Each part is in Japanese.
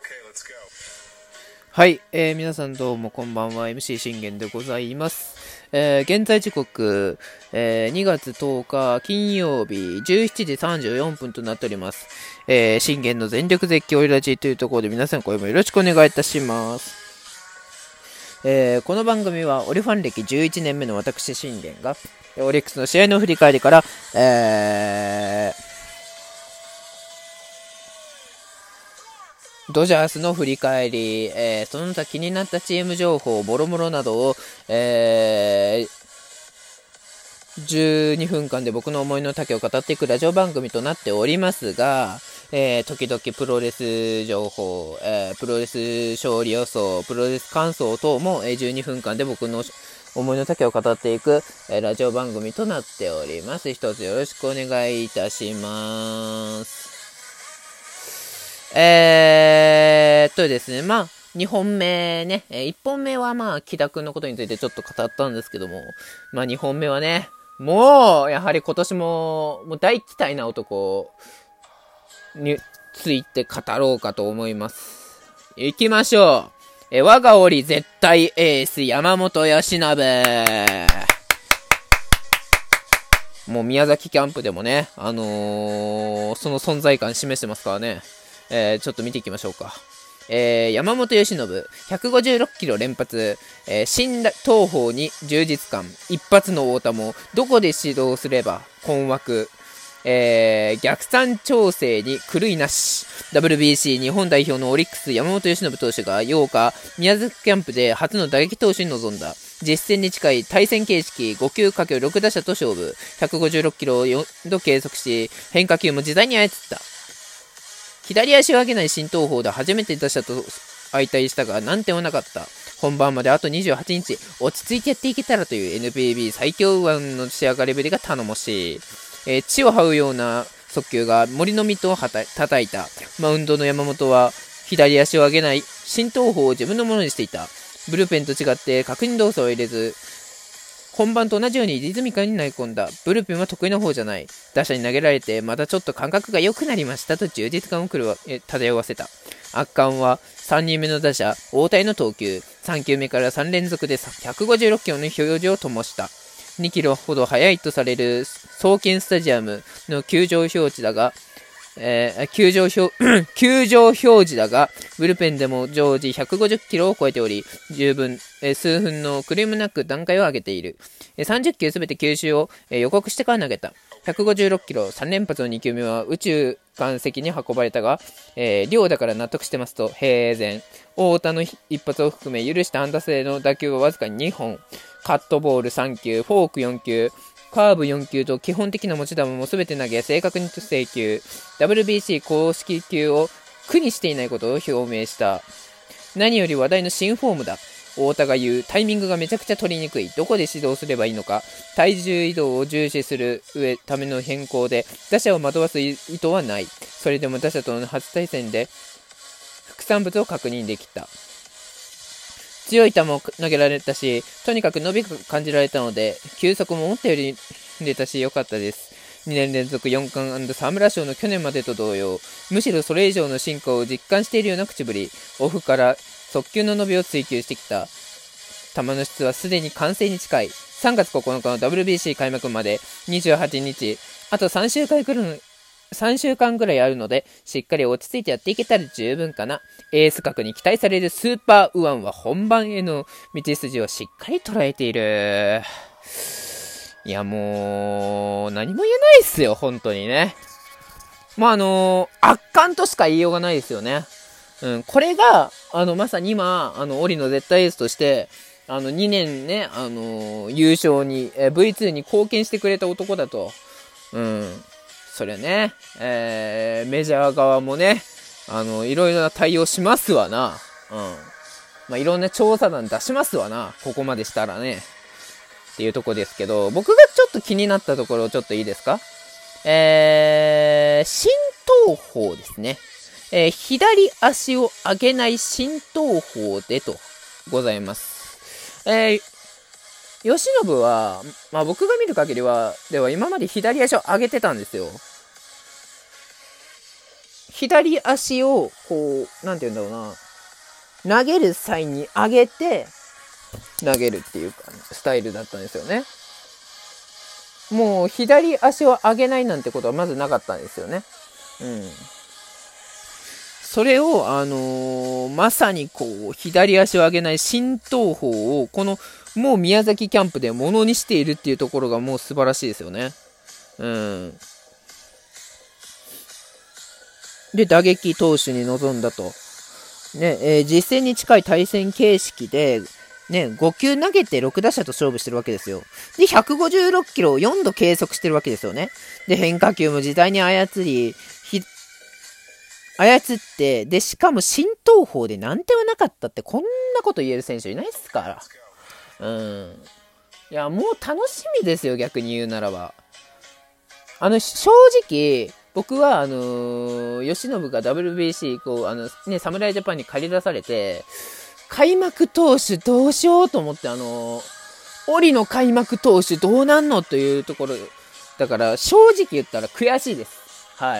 はい、皆さんどうもこんばんは。 MC 信玄でございます。現在時刻、2月10日金曜日17時34分となっております。信玄の全力絶叫ラジというところで皆さん声もよろしくお願いいたします。この番組はオリファン歴11年目の私信玄がオリックスの試合の振り返りから、ドジャースの振り返り、その他気になったチーム情報、もろもろなどを、12分間で僕の思いの丈を語っていくラジオ番組となっておりますが、時々プロレス情報、プロレス勝利予想、プロレス感想等も、12分間で僕の思いの丈を語っていく、ラジオ番組となっております。一つよろしくお願いいたします。ですね、2本目ね、1本目は木田くんのことについてちょっと語ったんですけども、2本目はね、もう、やはり今年も大期待な男について語ろうかと思います。行きましょう。我が折絶対エース、山本由伸。もう宮崎キャンプでもね、その存在感示してますからね。ちょっと見ていきましょうか。山本由伸、156キロ連発、新東方に充実感、一発の太田もどこで指導すれば困惑、逆算調整に狂いなし。 WBC 日本代表のオリックス山本由伸投手が8日宮崎キャンプで初の打撃投手に臨んだ。実戦に近い対戦形式、5球 ×6 打者と勝負、156キロを4度計測し、変化球も自在に操った。左足を上げない新東方で初めて打者と相対したが難点はなかった。本番まであと28日、落ち着いてやっていけたらという NPB 最強右腕の仕上がりぶりが頼もしい。地を這うような速球が森のミットを叩いた。マウンドの山本は左足を上げない新東方を自分のものにしていた。ブルペンと違って確認動作を入れず、本番と同じようにリズミカルに投げ込んだ。ブルペンは得意な方じゃない。打者に投げられてまたちょっと感覚が良くなりましたと充実感を漂わせた。圧巻は3人目の打者大谷の投球。3球目から3連続で156キロの表示を灯した。2キロほど速いとされる創建スタジアムの球場表示だが、球場表示だが、ブルペンでも常時150キロを超えており、十分、数分のクリームなく段階を上げている。30球すべて球種を、予告してから投げた。156キロ、3連発の2球目は宇宙間席に運ばれたが、量だから納得してますと平然。太田の一発を含め許した安打制の打球はわずか2本。カットボール3球、フォーク4球、カーブ4球と基本的な持ち球も全て投げ、正確に制球。WBC 公式球を苦にしていないことを表明した。何より話題の新フォームだ。太田が言うタイミングがめちゃくちゃ取りにくい。どこで指導すればいいのか。体重移動を重視するための変更で、打者を惑わす意図はない。それでも打者との初対戦で副産物を確認できた。強い球を投げられたし、とにかく伸びが感じられたので、球速も思ったより出たし良かったです。2年連続4冠&沢村賞の去年までと同様、むしろそれ以上の進化を実感しているような口ぶり。オフから速球の伸びを追求してきた。球の質はすでに完成に近い。3月9日の WBC 開幕まで28日、あと3週間ぐらいあるので、しっかり落ち着いてやっていけたら十分かな。エース格に期待されるスーパー右腕は本番への道筋をしっかり捉えている。いやもう何も言えないっすよ本当にね。圧巻としか言いようがないですよね。これがまさに今オリの絶対エースとして2年ね優勝に、V2 に貢献してくれた男だと。それね、メジャー側もね、いろいろな対応しますわな。いろんな調査団出しますわな。ここまでしたらね。っていうとこですけど、僕がちょっと気になったところちょっといいですか？新東方ですね。左足を上げない新東方でとございます。吉信は、僕が見る限りでは今まで左足を上げてたんですよ。 左足を、こう、なんて言うんだろうな、投げる際に上げて、投げるっていうか、スタイルだったんですよね。もう、左足を上げないなんてことはまずなかったんですよね。それを、まさにこう、左足を上げない新東方を、この、もう宮崎キャンプでものにしているっていうところがもう素晴らしいですよね。で、打撃投手に臨んだと。ね、実戦に近い対戦形式で、ね、5球投げて6打者と勝負してるわけですよ。で、156キロを4度計測してるわけですよね。で、変化球も自在に操って、で、しかも新東方でなんてはなかったって、こんなこと言える選手いないですから。いや、もう楽しみですよ、逆に言うならば。正直、僕は、吉信が WBC、侍ジャパンに借り出されて、開幕投手どうしようと思って、折の開幕投手どうなんのというところ、だから正直言ったら悔しいです。はい。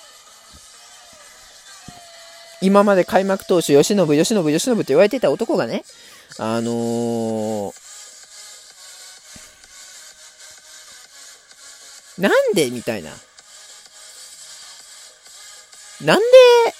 今まで開幕投手、吉信って言われてた男がね、なんでみたいな。なんで、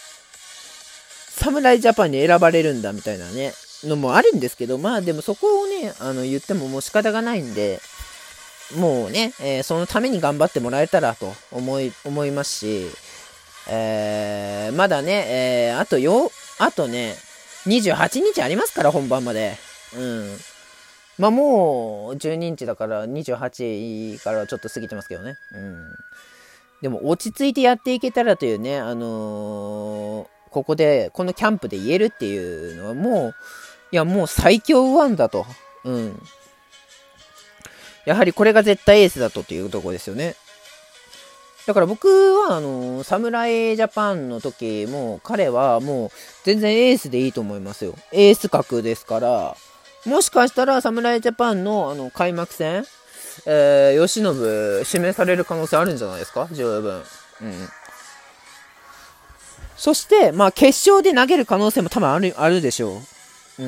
侍ジャパンに選ばれるんだみたいなね、のもあるんですけど、まあでもそこをね、言ってももう仕方がないんで、もうね、そのために頑張ってもらえたらと思いますし、まだね、あとね、28日ありますから、本番まで。まあもう、12日だから28からちょっと過ぎてますけどね。でも落ち着いてやっていけたらというね、ここで、このキャンプで言えるっていうのはもう最強右腕だと。やはりこれが絶対エースだというところですよね。だから僕は侍ジャパンの時も彼はもう全然エースでいいと思いますよ。エース格ですから、もしかしたら侍ジャパンの開幕戦、吉信指名される可能性あるんじゃないですか、十分。そして、まあ決勝で投げる可能性も多分あるでしょう。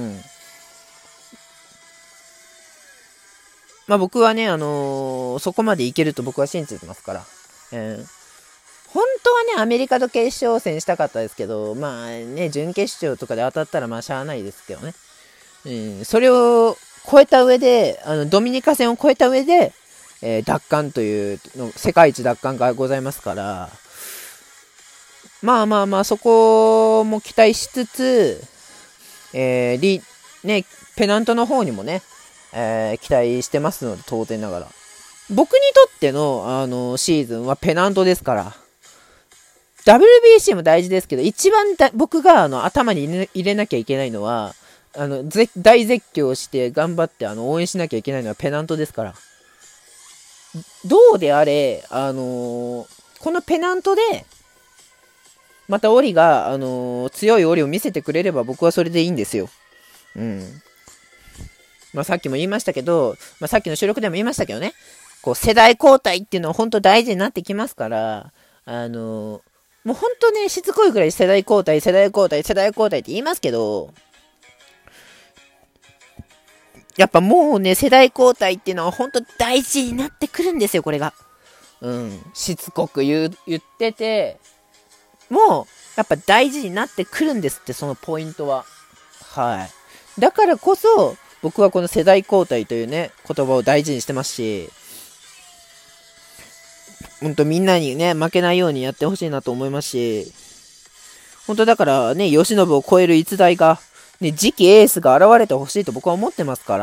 まあ僕はね、そこまでいけると僕は信じてますから。本当はね、アメリカと決勝戦したかったですけど、まあね、準決勝とかで当たったらまあしゃあないですけどね。それを超えた上で、ドミニカ戦を超えた上で、奪還という世界一奪還がございますから、まあ、そこも期待しつつ、ペナントの方にもね、期待してますので、当然ながら。僕にとっての、シーズンはペナントですから。WBC も大事ですけど、一番僕が頭に入れなきゃいけないのは、大絶叫して頑張って応援しなきゃいけないのはペナントですから。どうであれ、このペナントで、またオリが、強いオリを見せてくれれば僕はそれでいいんですよ。まあさっきも言いましたけど、まあさっきの収録でも言いましたけどね、こう世代交代っていうのは本当大事になってきますから、もう本当ね、しつこいくらい世代交代って言いますけど、やっぱもうね、世代交代っていうのは本当大事になってくるんですよ、これが。しつこく言ってて、もう、やっぱ大事になってくるんですって、そのポイントは。はい。だからこそ、僕はこの世代交代というね、言葉を大事にしてますし、本当みんなにね、負けないようにやってほしいなと思いますし、本当だからね、吉信を超える逸材が、ね、次期エースが現れてほしいと僕は思ってますから。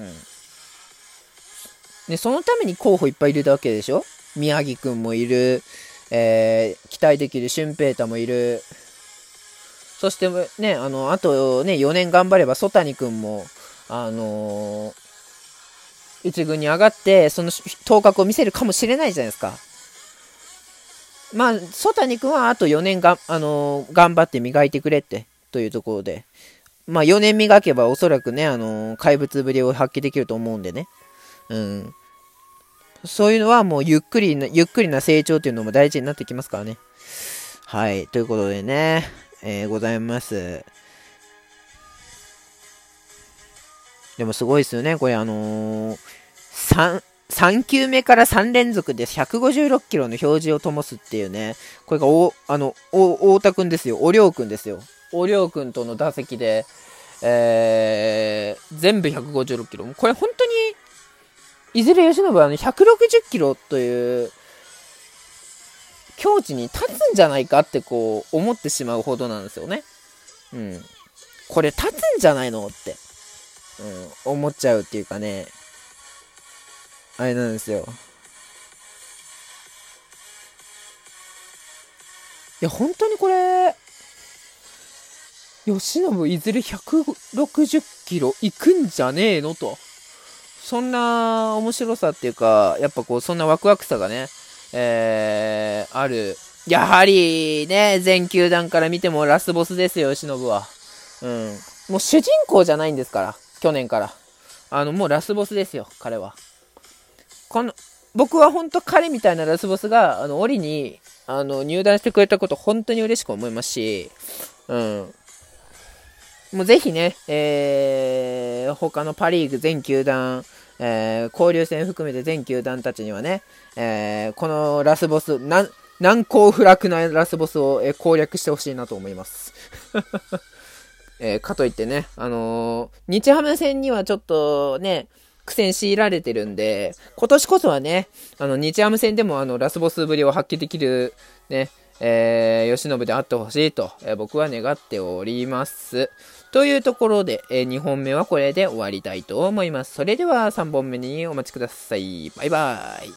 ね、そのために候補いっぱいいるわけでしょ。宮城くんもいる、期待できる俊平太もいる。そしてね、あとね、4年頑張れば、曽谷くんも、一軍に上がって、その頭角を見せるかもしれないじゃないですか。まあ、曽谷くんはあと4年頑張って磨いてくれって、というところで。まあ、4年磨けばおそらくね、怪物ぶりを発揮できると思うんでね。そういうのはもうゆっくりな成長っていうのも大事になってきますからね。 はい、ということでね、ございます。でもすごいですよね、これ3球目から3連続で156キロの表示を灯すっていうね、これが太田くんですよ、おりょうくんですよ。おりょうくんとの打席で、全部156キロ。これ本当に、いずれ由伸は160キロという境地に立つんじゃないかってこう思ってしまうほどなんですよね。うん。これ立つんじゃないのって、思っちゃうっていうかね、あれなんですよ。いや、本当にこれ、吉信いずれ160キロいくんじゃねえのと。そんな面白さっていうか、やっぱこう、そんなワクワクさがね、ある。やはりね、全球団から見てもラスボスですよ、吉信は。うん。もう主人公じゃないんですから、去年から。もうラスボスですよ、彼は。僕は本当彼みたいなラスボスが、オリに、入団してくれたこと本当に嬉しく思いますし、うん。もうぜひね、他のパリーグ全球団、交流戦含めて全球団たちにはね、このラスボス、難攻不落なラスボスを、攻略してほしいなと思います。かといってね、日ハム戦にはちょっとね、苦戦強いられてるんで、今年こそはね、日ハム戦でもラスボスぶりを発揮できる、ね、吉信であってほしいと、僕は願っております。というところで、2本目はこれで終わりたいと思います。それでは3本目にお待ちください。バイバーイ。